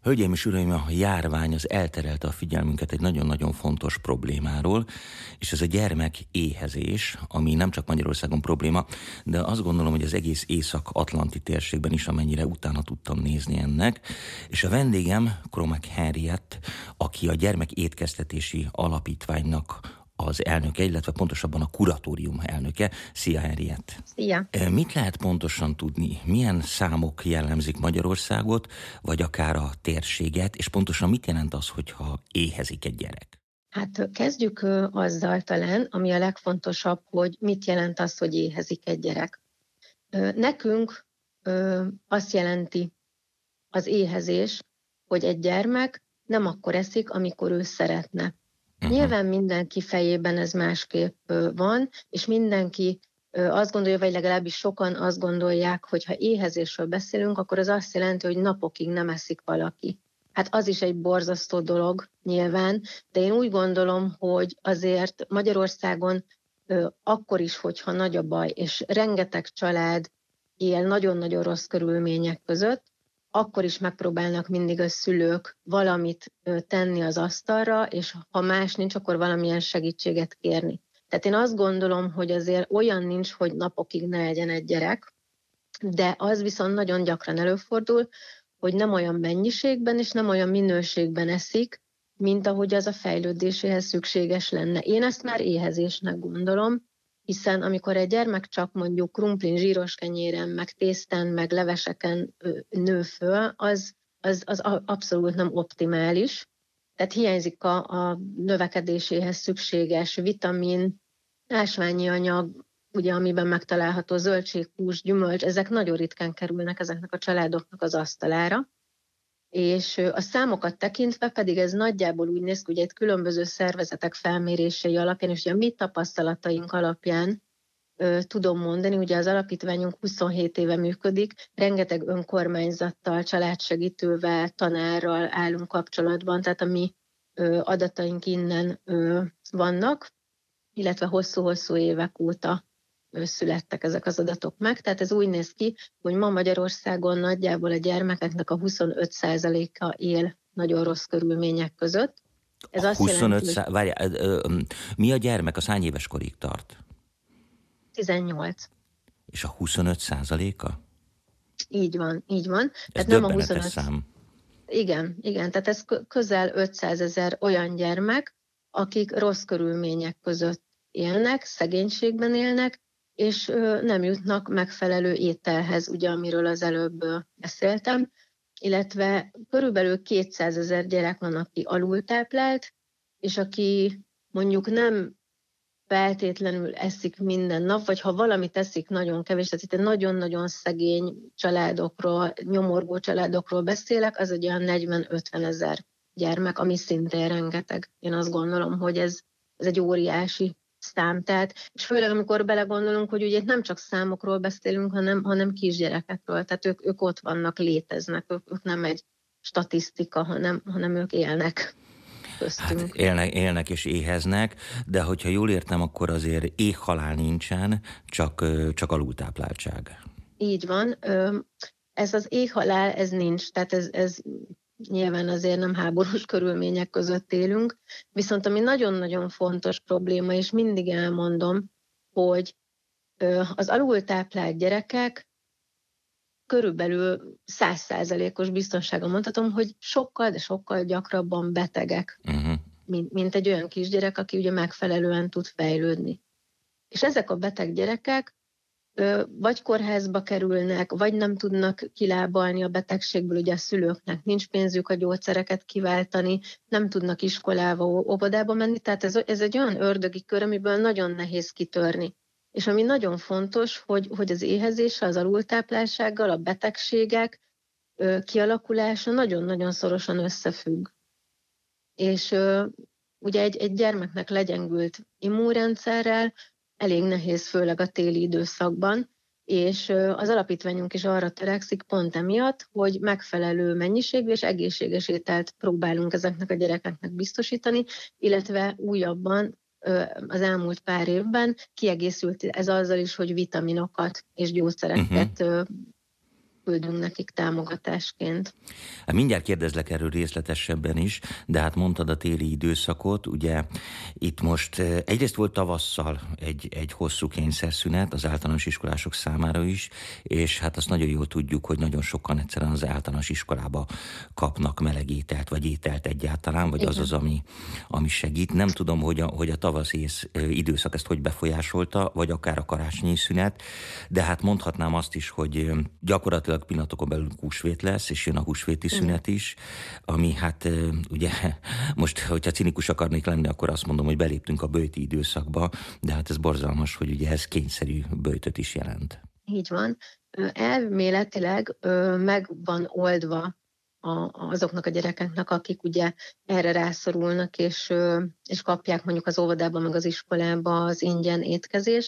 Hölgyeim és uraim, a járvány az elterelte a figyelmünket egy nagyon-nagyon fontos problémáról, és ez a gyermekéhezés, ami nem csak Magyarországon probléma, de azt gondolom, hogy az egész Észak-Atlanti térségben is, amennyire utána tudtam nézni ennek. És a vendégem Kromek Henriett, aki a Gyermekétkeztetési Alapítványnak az elnöke, illetve pontosabban a kuratórium elnöke. Szia, Henriett! Szia! Mit lehet pontosan tudni? Milyen számok jellemzik Magyarországot, vagy akár a térséget, és pontosan mit jelent az, hogyha éhezik egy gyerek? Hát kezdjük azzal talán, ami a legfontosabb, hogy mit jelent az, hogy éhezik egy gyerek. Nekünk azt jelenti az éhezés, hogy egy gyermek nem akkor eszik, amikor ő szeretne. Nyilván mindenki fejében ez másképp van, és mindenki azt gondolja, vagy legalábbis sokan azt gondolják, hogy ha éhezésről beszélünk, akkor az azt jelenti, hogy napokig nem eszik valaki. Hát az is egy borzasztó dolog nyilván, de én úgy gondolom, hogy azért Magyarországon akkor is, hogyha nagy a baj, és rengeteg család él nagyon-nagyon rossz körülmények között, akkor is megpróbálnak mindig a szülők valamit tenni az asztalra, és ha más nincs, akkor valamilyen segítséget kérni. Tehát én azt gondolom, hogy azért olyan nincs, hogy napokig ne legyen egy gyerek, de az viszont nagyon gyakran előfordul, hogy nem olyan mennyiségben és nem olyan minőségben eszik, mint ahogy az a fejlődéséhez szükséges lenne. Én ezt már éhezésnek gondolom, hiszen amikor egy gyermek csak mondjuk krumplin, zsíros kenyéren, meg tésztán, meg leveseken nő föl, az abszolút nem optimális. Tehát hiányzik a növekedéséhez szükséges vitamin, ásványi anyag, ugye, amiben megtalálható zöldség, hús, gyümölcs, ezek nagyon ritkán kerülnek ezeknek a családoknak az asztalára. És a számokat tekintve pedig ez nagyjából úgy néz ki, hogy egy különböző szervezetek felmérései alapján, és ugye a mi tapasztalataink alapján tudom mondani, ugye az alapítványunk 27 éve működik, rengeteg önkormányzattal, családsegítővel, tanárral állunk kapcsolatban, tehát a mi adataink innen vannak, illetve hosszú-hosszú évek óta születtek ezek az adatok meg. Tehát ez úgy néz ki, hogy ma Magyarországon nagyjából a gyermekeknek a 25%-a él nagyon rossz körülmények között. Ez a azt 25 jelenti, hogy... mi a gyermek, az hány éves korig tart? 18. És a 25%-a? Így van, így van. Ez tehát nem a döbbenetes 25 szám. Igen, tehát ez közel 500 000 olyan gyermek, akik rossz körülmények között élnek, szegénységben élnek, és nem jutnak megfelelő ételhez, ugye, amiről az előbb beszéltem, illetve körülbelül 200 000 gyerek van, aki alultáplált, és aki mondjuk nem feltétlenül eszik minden nap, vagy ha valamit eszik, nagyon kevés, tehát itt nagyon-nagyon szegény családokról, nyomorgó családokról beszélek, az egy olyan 40-50 000 gyermek, ami szintén rengeteg. Én azt gondolom, hogy ez egy óriási szám. Tehát, és főleg amikor belegondolunk, hogy ugye nem csak számokról beszélünk, hanem kisgyerekekről, tehát ők ott vannak, léteznek, ők nem egy statisztika, hanem ők élnek köztünk. Hát élnek és éheznek, de hogyha jól értem, akkor azért éhhalál nincsen, csak alultápláltság. Így van. Ez az éhhalál, ez nincs, tehát ez nyilván azért nem háborús körülmények között élünk, viszont ami nagyon-nagyon fontos probléma, és mindig elmondom, hogy az alultáplált gyerekek körülbelül 100%-os biztonságon mondhatom, hogy sokkal, de sokkal gyakrabban betegek, mint egy olyan kisgyerek, aki ugye megfelelően tud fejlődni. És ezek a beteg gyerekek vagy kórházba kerülnek, vagy nem tudnak kilábalni a betegségből, ugye a szülőknek nincs pénzük a gyógyszereket kiváltani, nem tudnak iskolába, óvodába menni, tehát ez egy olyan ördögi kör, amiből nagyon nehéz kitörni. És ami nagyon fontos, hogy az éhezéssel, az alultápláltsággal, a betegségek kialakulása nagyon-nagyon szorosan összefügg. És ugye egy gyermeknek legyengült immunrendszerrel elég nehéz, főleg a téli időszakban, és az alapítványunk is arra törekszik pont emiatt, hogy megfelelő mennyiségű és egészséges ételt próbálunk ezeknek a gyerekeknek biztosítani, illetve újabban az elmúlt pár évben kiegészült ez azzal is, hogy vitaminokat és gyógyszereket küldünk nekik támogatásként. Hát mindjárt kérdezlek erről részletesebben is, de hát mondtad a téli időszakot, ugye itt most egyrészt volt tavasszal egy hosszú kényszerszünet az általános iskolások számára is, és hát azt nagyon jól tudjuk, hogy nagyon sokan egyszerűen az általános iskolába kapnak meleg ételt, vagy ételt egyáltalán, vagy az, ami segít. Nem tudom, hogy a tavasz-ész időszak ezt hogy befolyásolta, vagy akár a karácsonyi szünet, de hát mondhatnám azt is, hogy gyakorlatilag pillanatokon belül húsvét lesz, és jön a húsvéti szünet is, ami hát ugye most, hogyha cinikus akarnék lenni, akkor azt mondom, hogy beléptünk a böjti időszakba, de hát ez borzalmas, hogy ugye ez kényszerű böjtöt is jelent. Így van. Elméletileg meg van oldva azoknak a gyerekeknek, akik ugye erre rászorulnak, és kapják mondjuk az óvodában, meg az iskolába az ingyen étkezést.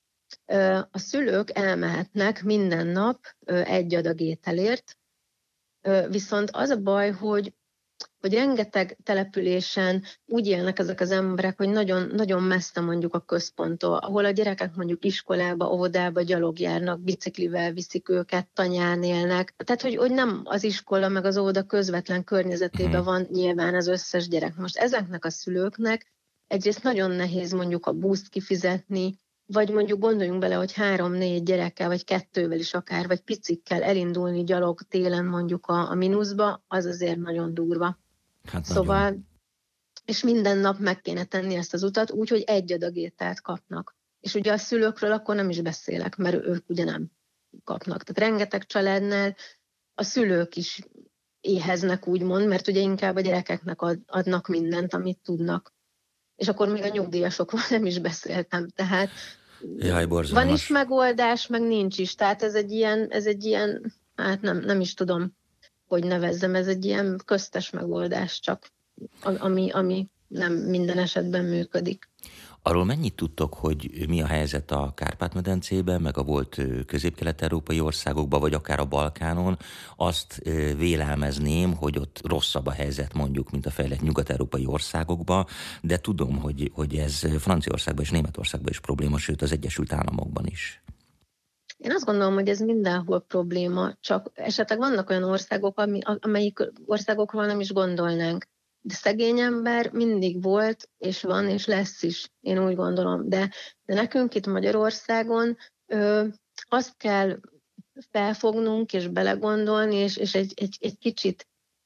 A szülők elmehetnek minden nap egy adag ételért, viszont az a baj, hogy rengeteg településen úgy élnek ezek az emberek, hogy nagyon, nagyon messze mondjuk a központtól, ahol a gyerekek mondjuk iskolába, óvodába gyalog járnak, biciklivel viszik őket, tanyán élnek. Tehát, hogy nem az iskola meg az óvoda közvetlen környezetében van nyilván az összes gyerek. Most ezeknek a szülőknek egyrészt nagyon nehéz mondjuk a buszt kifizetni, vagy mondjuk gondoljunk bele, hogy 3-4 gyerekkel, vagy 2-vel is akár, vagy picikkel elindulni gyalog télen mondjuk a mínuszba, az azért nagyon durva. Hát szóval, nagyon. És minden nap meg kéne tenni ezt az utat, úgyhogy egy adag ételt kapnak. És ugye a szülőkről akkor nem is beszélek, mert ők ugye nem kapnak. Tehát rengeteg családnál a szülők is éheznek úgymond, mert ugye inkább a gyerekeknek adnak mindent, amit tudnak. És akkor még a nyugdíjasokról nem is beszéltem. Tehát Jaj, borzalmas. Van is megoldás, meg nincs is. Tehát ez egy ilyen hát nem is tudom, hogy nevezzem, ez egy ilyen köztes megoldás csak, ami nem minden esetben működik. Arról mennyit tudtok, hogy mi a helyzet a Kárpát-medencében, meg a volt közép-kelet-európai országokban, vagy akár a Balkánon? Azt vélelmezném, hogy ott rosszabb a helyzet mondjuk, mint a fejlett nyugat-európai országokban, de tudom, hogy ez Franciaországban és Németországban is probléma, sőt az Egyesült Államokban is. Én azt gondolom, hogy ez mindenhol probléma, csak esetleg vannak olyan országok, amelyik országokról nem is gondolnánk. De szegény ember mindig volt, és van, és lesz is, én úgy gondolom. De nekünk itt Magyarországon azt kell felfognunk, és belegondolni, és egy kicsit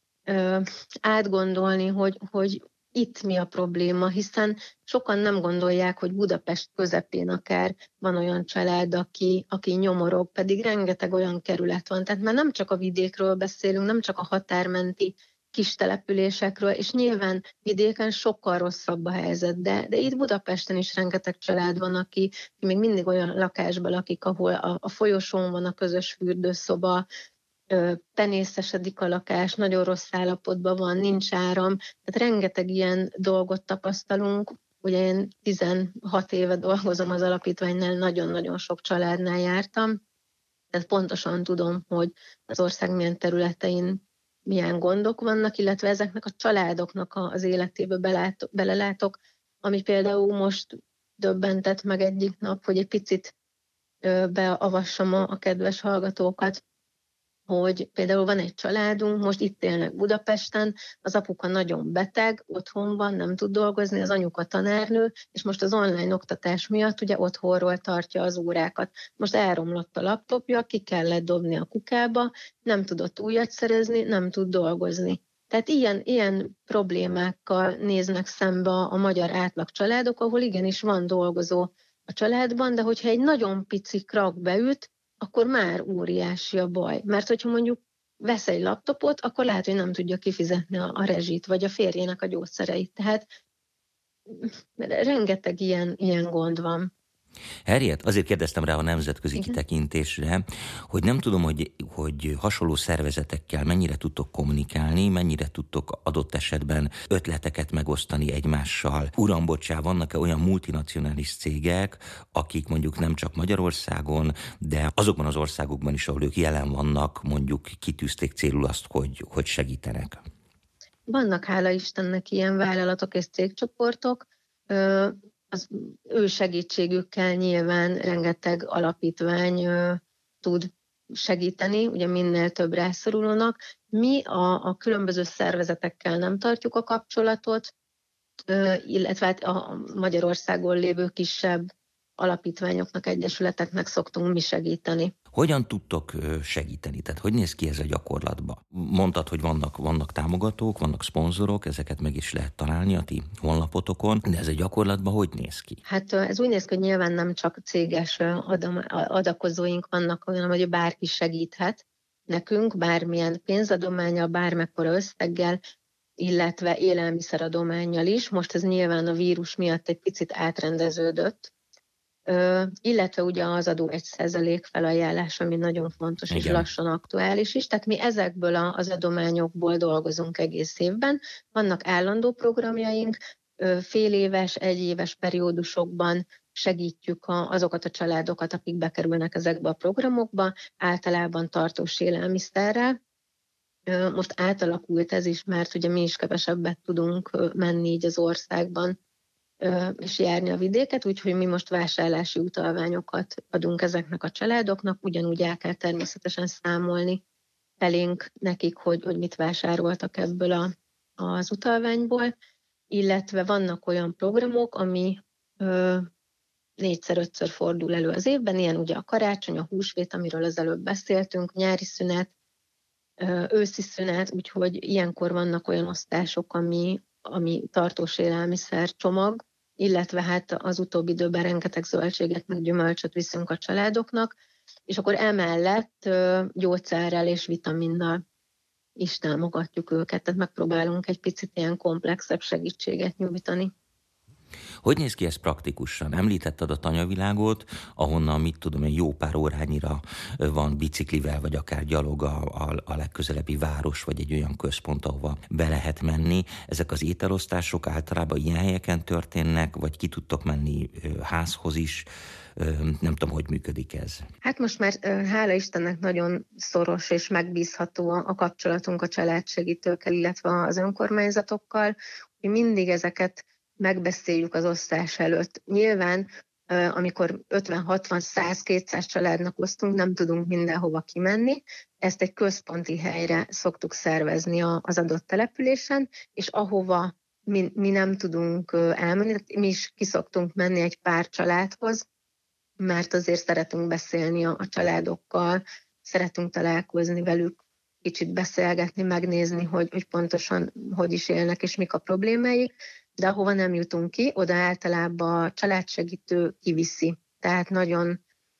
átgondolni, hogy itt mi a probléma, hiszen sokan nem gondolják, hogy Budapest közepén akár van olyan család, aki nyomorog, pedig rengeteg olyan kerület van. Tehát már nem csak a vidékről beszélünk, nem csak a határmenti kis településekről, és nyilván vidéken sokkal rosszabb a helyzet, de itt Budapesten is rengeteg család van, aki még mindig olyan lakásban lakik, ahol a folyosón van a közös fürdőszoba, penészesedik a lakás, nagyon rossz állapotban van, nincs áram, tehát rengeteg ilyen dolgot tapasztalunk. Ugye én 16 éve dolgozom az alapítványnál, nagyon-nagyon sok családnál jártam, tehát pontosan tudom, hogy az ország milyen területein milyen gondok vannak, illetve ezeknek a családoknak az életébe belelátok, ami például most döbbentett meg egyik nap, hogy egy picit beavassam a kedves hallgatókat, hogy például van egy családunk, most itt élnek Budapesten, az apuka nagyon beteg, otthon van, nem tud dolgozni, az anyuka tanárnő, és most az online oktatás miatt ugye otthonról tartja az órákat. Most elromlott a laptopja, ki kellett dobni a kukába, nem tudott újat szerezni, nem tud dolgozni. Tehát ilyen problémákkal néznek szembe a magyar átlag családok, ahol igenis van dolgozó a családban, de hogyha egy nagyon pici krak beüt, akkor már óriási a baj. Mert hogyha mondjuk vesz egy laptopot, akkor lehet, hogy nem tudja kifizetni a rezsit, vagy a férjének a gyógyszereit. Tehát rengeteg ilyen gond van. Henriett, azért kérdeztem rá a nemzetközi kitekintésre, hogy nem tudom, hogy hasonló szervezetekkel mennyire tudtok kommunikálni, mennyire tudtok adott esetben ötleteket megosztani egymással. Uram, bocsá, vannak-e olyan multinacionális cégek, akik mondjuk nem csak Magyarországon, de azokban az országokban is, ahol ők jelen vannak, mondjuk kitűzték célul azt, hogy segítenek? Vannak, hála Istennek, ilyen vállalatok és cégcsoportok. Az ő segítségükkel nyilván rengeteg alapítvány tud segíteni, ugye minél több rászorulónak. Mi a különböző szervezetekkel nem tartjuk a kapcsolatot, illetve hát a Magyarországon lévő kisebb alapítványoknak, egyesületeknek szoktunk mi segíteni. Hogyan tudtok segíteni? Tehát hogy néz ki ez a gyakorlatban? Mondtad, hogy vannak támogatók, vannak szponzorok, ezeket meg is lehet találni a ti honlapotokon, de ez a gyakorlatban hogy néz ki? Hát ez úgy néz ki, hogy nyilván nem csak céges adakozóink vannak, hanem hogy bárki segíthet nekünk, bármilyen pénzadománnyal, bármekkora összeggel, illetve élelmiszeradománnyal is. Most ez nyilván a vírus miatt egy picit átrendeződött, illetve ugye az adó 1% felajánlás, ami nagyon fontos. Igen. És lassan aktuális is. Tehát mi ezekből az adományokból dolgozunk egész évben. Vannak állandó programjaink, féléves, egyéves periódusokban segítjük azokat a családokat, akik bekerülnek ezekbe a programokba, általában tartós élelmiszerrel. Most átalakult ez is, mert ugye mi is kevesebbet tudunk menni így az országban, és járni a vidéket, úgyhogy mi most vásárlási utalványokat adunk ezeknek a családoknak, ugyanúgy el kell természetesen számolni felénk nekik, hogy mit vásároltak ebből az utalványból, illetve vannak olyan programok, ami 4-5-ször fordul elő az évben, ilyen ugye a karácsony, a húsvét, amiről az előbb beszéltünk, nyári szünet, őszi szünet, úgyhogy ilyenkor vannak olyan osztások, ami tartós élelmiszer csomag, illetve hát az utóbbi időben rengeteg zöldséget, meg gyümölcsöt viszünk a családoknak, és akkor emellett gyógyszerrel és vitaminnal is támogatjuk őket, tehát megpróbálunk egy picit ilyen komplexebb segítséget nyújtani. Hogy néz ki ez praktikusan? Említetted a tanyavilágot, ahonnan, mit tudom, egy jó pár órányira van biciklivel, vagy akár gyalog a legközelebbi város, vagy egy olyan központ, ahova be lehet menni. Ezek az ételosztások általában ilyen helyeken történnek, vagy ki tudtok menni házhoz is? Nem tudom, hogy működik ez. Hát most már hála Istennek nagyon szoros és megbízható a kapcsolatunk a családsegítőkkel, illetve az önkormányzatokkal, hogy mindig ezeket megbeszéljük az osztás előtt. Nyilván, amikor 50, 60, 100, 200 családnak osztunk, nem tudunk mindenhova kimenni. Ezt egy központi helyre szoktuk szervezni az adott településen, és ahova mi nem tudunk elmenni, mi is ki szoktunk menni egy pár családhoz, mert azért szeretünk beszélni a családokkal, szeretünk találkozni velük, kicsit beszélgetni, megnézni, hogy pontosan hogy is élnek, és mik a problémáik, de ahova nem jutunk ki, oda általában a családsegítő kiviszi. Tehát nagyon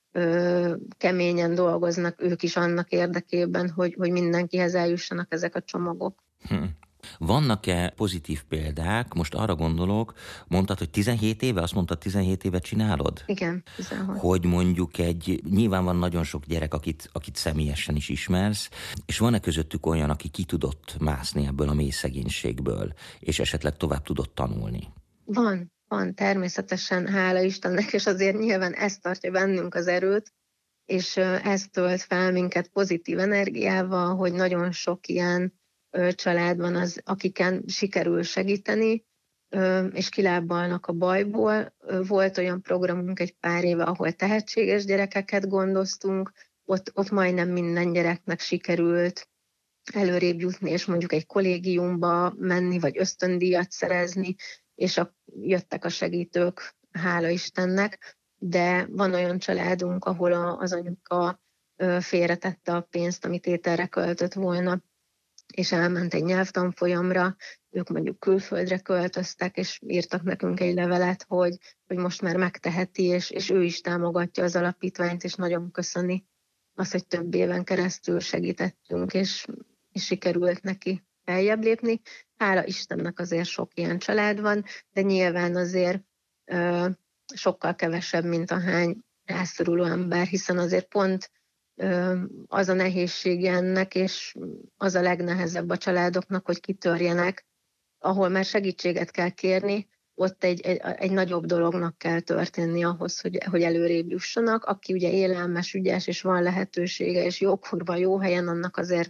keményen dolgoznak ők is annak érdekében, hogy mindenkihez eljussanak ezek a csomagok. Vannak-e pozitív példák? Most arra gondolok, mondtad, hogy 17 éve? Azt mondtad, 17 éve csinálod? Igen, 16. Hogy mondjuk nyilván van nagyon sok gyerek, akit személyesen is ismersz, és van-e közöttük olyan, aki ki tudott mászni ebből a mély szegénységből, és esetleg tovább tudott tanulni? Van, természetesen, hála Istennek, és azért nyilván ez tartja bennünk az erőt, és ez tölt fel minket pozitív energiával, hogy nagyon sok ilyen család van, akiken sikerül segíteni, és kilábalnak a bajból. Volt olyan programunk egy pár éve, ahol tehetséges gyerekeket gondoztunk, ott majdnem minden gyereknek sikerült előrébb jutni, és mondjuk egy kollégiumba menni, vagy ösztöndíjat szerezni, és jöttek a segítők, hála Istennek, de van olyan családunk, ahol az anyuka félretette a pénzt, amit ételre költött volna, és elment egy nyelvtanfolyamra, ők mondjuk külföldre költöztek, és írtak nekünk egy levelet, hogy most már megteheti, és ő is támogatja az alapítványt, és nagyon köszöni azt, hogy több éven keresztül segítettünk, és sikerült neki feljebb lépni. Hála Istennek azért sok ilyen család van, de nyilván azért sokkal kevesebb, mint ahány rászoruló ember, hiszen azért pont az a nehézsége ennek, és az a legnehezebb a családoknak, hogy kitörjenek, ahol már segítséget kell kérni, ott egy nagyobb dolognak kell történni ahhoz, hogy előrébb jussanak. Aki ugye élelmes, ügyes, és van lehetősége, és jókorban, jó helyen, annak azért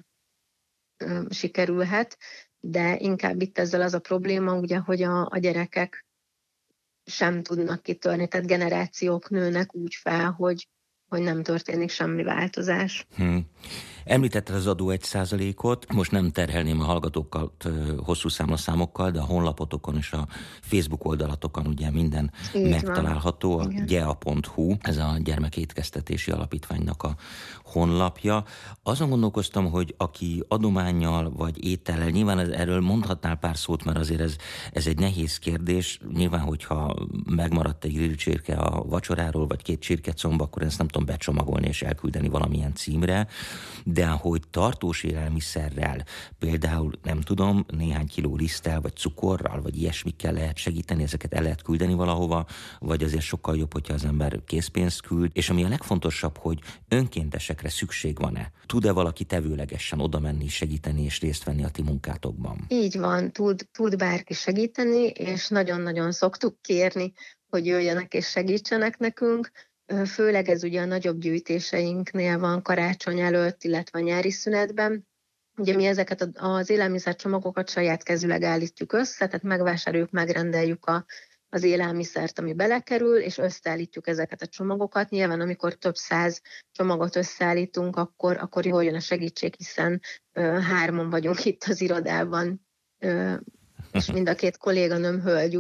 sikerülhet, de inkább itt ezzel az a probléma, ugye, hogy a gyerekek sem tudnak kitörni, tehát generációk nőnek úgy fel, hogy hogy nem történik semmi változás. Említetted az adó 1%-ot, most nem terhelném a hallgatókat hosszú számlaszámokkal, de a honlapotokon és a Facebook oldalatokon ugye minden Így megtalálható, van. a gea.hu, ez a Gyermekétkeztetési Alapítványnak a honlapja. Azon gondolkoztam, hogy aki adománnyal vagy étellel, nyilván erről mondhatnál pár szót, mert azért ez egy nehéz kérdés. Nyilván, hogyha megmaradt egy grillcsirke a vacsoráról, vagy 2 csirkecomb, akkor ezt nem tudom becsomagolni és elküldeni valamilyen címre, de hogy tartós élelmiszerrel, például nem tudom, néhány kiló liszttel, vagy cukorral, vagy ilyesmikkel lehet segíteni, ezeket el lehet küldeni valahova, vagy azért sokkal jobb, hogyha az ember készpénzt küld, és ami a legfontosabb, hogy önkéntesekre szükség van-e? Tud-e valaki tevőlegesen oda menni, segíteni és részt venni a ti munkátokban? Így van, tud bárki segíteni, és nagyon-nagyon szoktuk kérni, hogy jöjjenek és segítsenek nekünk. Főleg ez ugye a nagyobb gyűjtéseinknél van karácsony előtt, illetve a nyári szünetben. Ugye mi ezeket az élelmiszercsomagokat saját kezüleg állítjuk össze, tehát megvásároljuk, megrendeljük az élelmiszert, ami belekerül, és összeállítjuk ezeket a csomagokat. Nyilván, amikor több 100 csomagot összeállítunk, akkor jól jön a segítség, hiszen 3-an vagyunk itt az irodában, és mind a 2 kolléganőm hölgy,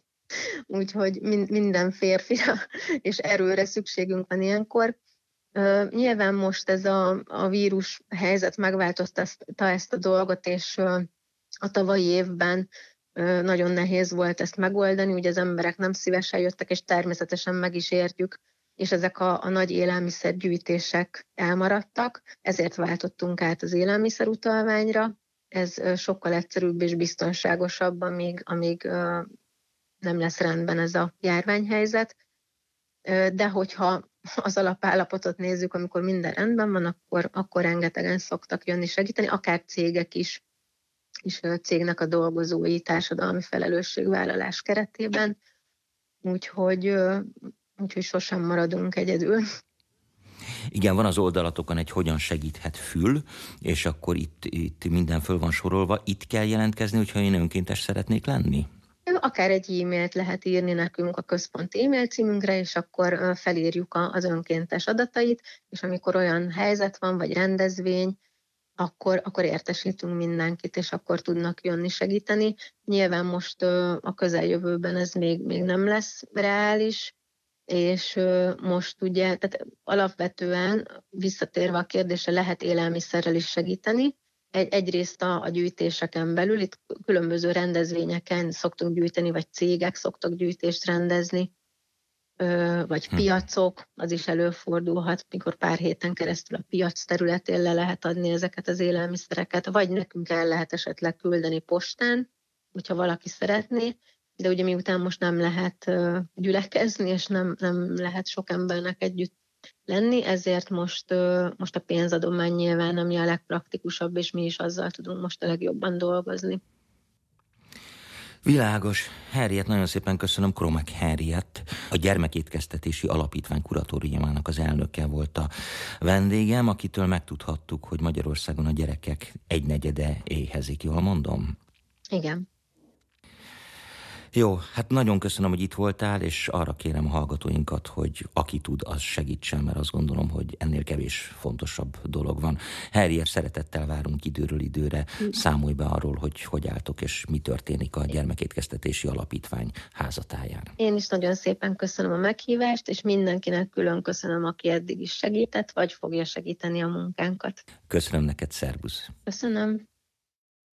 úgyhogy minden férfira és erőre szükségünk van ilyenkor. Nyilván most ez a vírus helyzet megváltoztatta ezt a dolgot, és a tavalyi évben nagyon nehéz volt ezt megoldani, ugye az emberek nem szívesen jöttek, és természetesen meg is értjük, és ezek a nagy élelmiszergyűjtések elmaradtak, ezért váltottunk át az élelmiszerutalványra. Ez sokkal egyszerűbb és biztonságosabb, amíg nem lesz rendben ez a járványhelyzet. De hogyha az alapállapotot nézzük, amikor minden rendben van, akkor rengetegen szoktak jönni segíteni, akár cégek is, és a cégnek a dolgozói társadalmi felelősségvállalás keretében. Úgyhogy sosem maradunk egyedül. Igen, van az oldalatokon egy hogyan segíthet fül, és akkor itt minden föl van sorolva. Itt kell jelentkezni, hogyha én önkéntes szeretnék lenni? Akár egy e-mailt lehet írni nekünk a központi e-mail címünkre, és akkor felírjuk az önkéntes adatait, és amikor olyan helyzet van, vagy rendezvény, akkor értesítünk mindenkit, és akkor tudnak jönni segíteni. Nyilván most a közeljövőben ez még nem lesz reális, és most ugye, tehát alapvetően visszatérve a kérdésre, lehet élelmiszerrel is segíteni. Egyrészt a gyűjtéseken belül, itt különböző rendezvényeken szoktunk gyűjteni, vagy cégek szoktak gyűjtést rendezni, vagy piacok, az is előfordulhat, mikor pár héten keresztül a piac területén le lehet adni ezeket az élelmiszereket, vagy nekünk el lehet esetleg küldeni postán, hogyha valaki szeretné, de ugye miután most nem lehet gyülekezni, és nem lehet sok embernek együtt lenni, ezért most a pénzadomány nyilván, ami a legpraktikusabb, és mi is azzal tudunk most a legjobban dolgozni. Világos. Henriett, nagyon szépen köszönöm. Kromek Henriett, a Gyermekétkeztetési Alapítvány kuratóriumának az elnöke volt a vendégem, akitől megtudhattuk, hogy Magyarországon a gyerekek 1/4 éhezik. Jól mondom? Igen. Jó, hát nagyon köszönöm, hogy itt voltál, és arra kérem a hallgatóinkat, hogy aki tud, az segítsen, mert azt gondolom, hogy ennél kevés fontosabb dolog van. Henriett, szeretettel várunk időről időre, számolj be arról, hogy álltok, és mi történik a Gyermekétkeztetési Alapítvány házatáján. Én is nagyon szépen köszönöm a meghívást, és mindenkinek külön köszönöm, aki eddig is segített, vagy fogja segíteni a munkánkat. Köszönöm neked, szervusz! Köszönöm!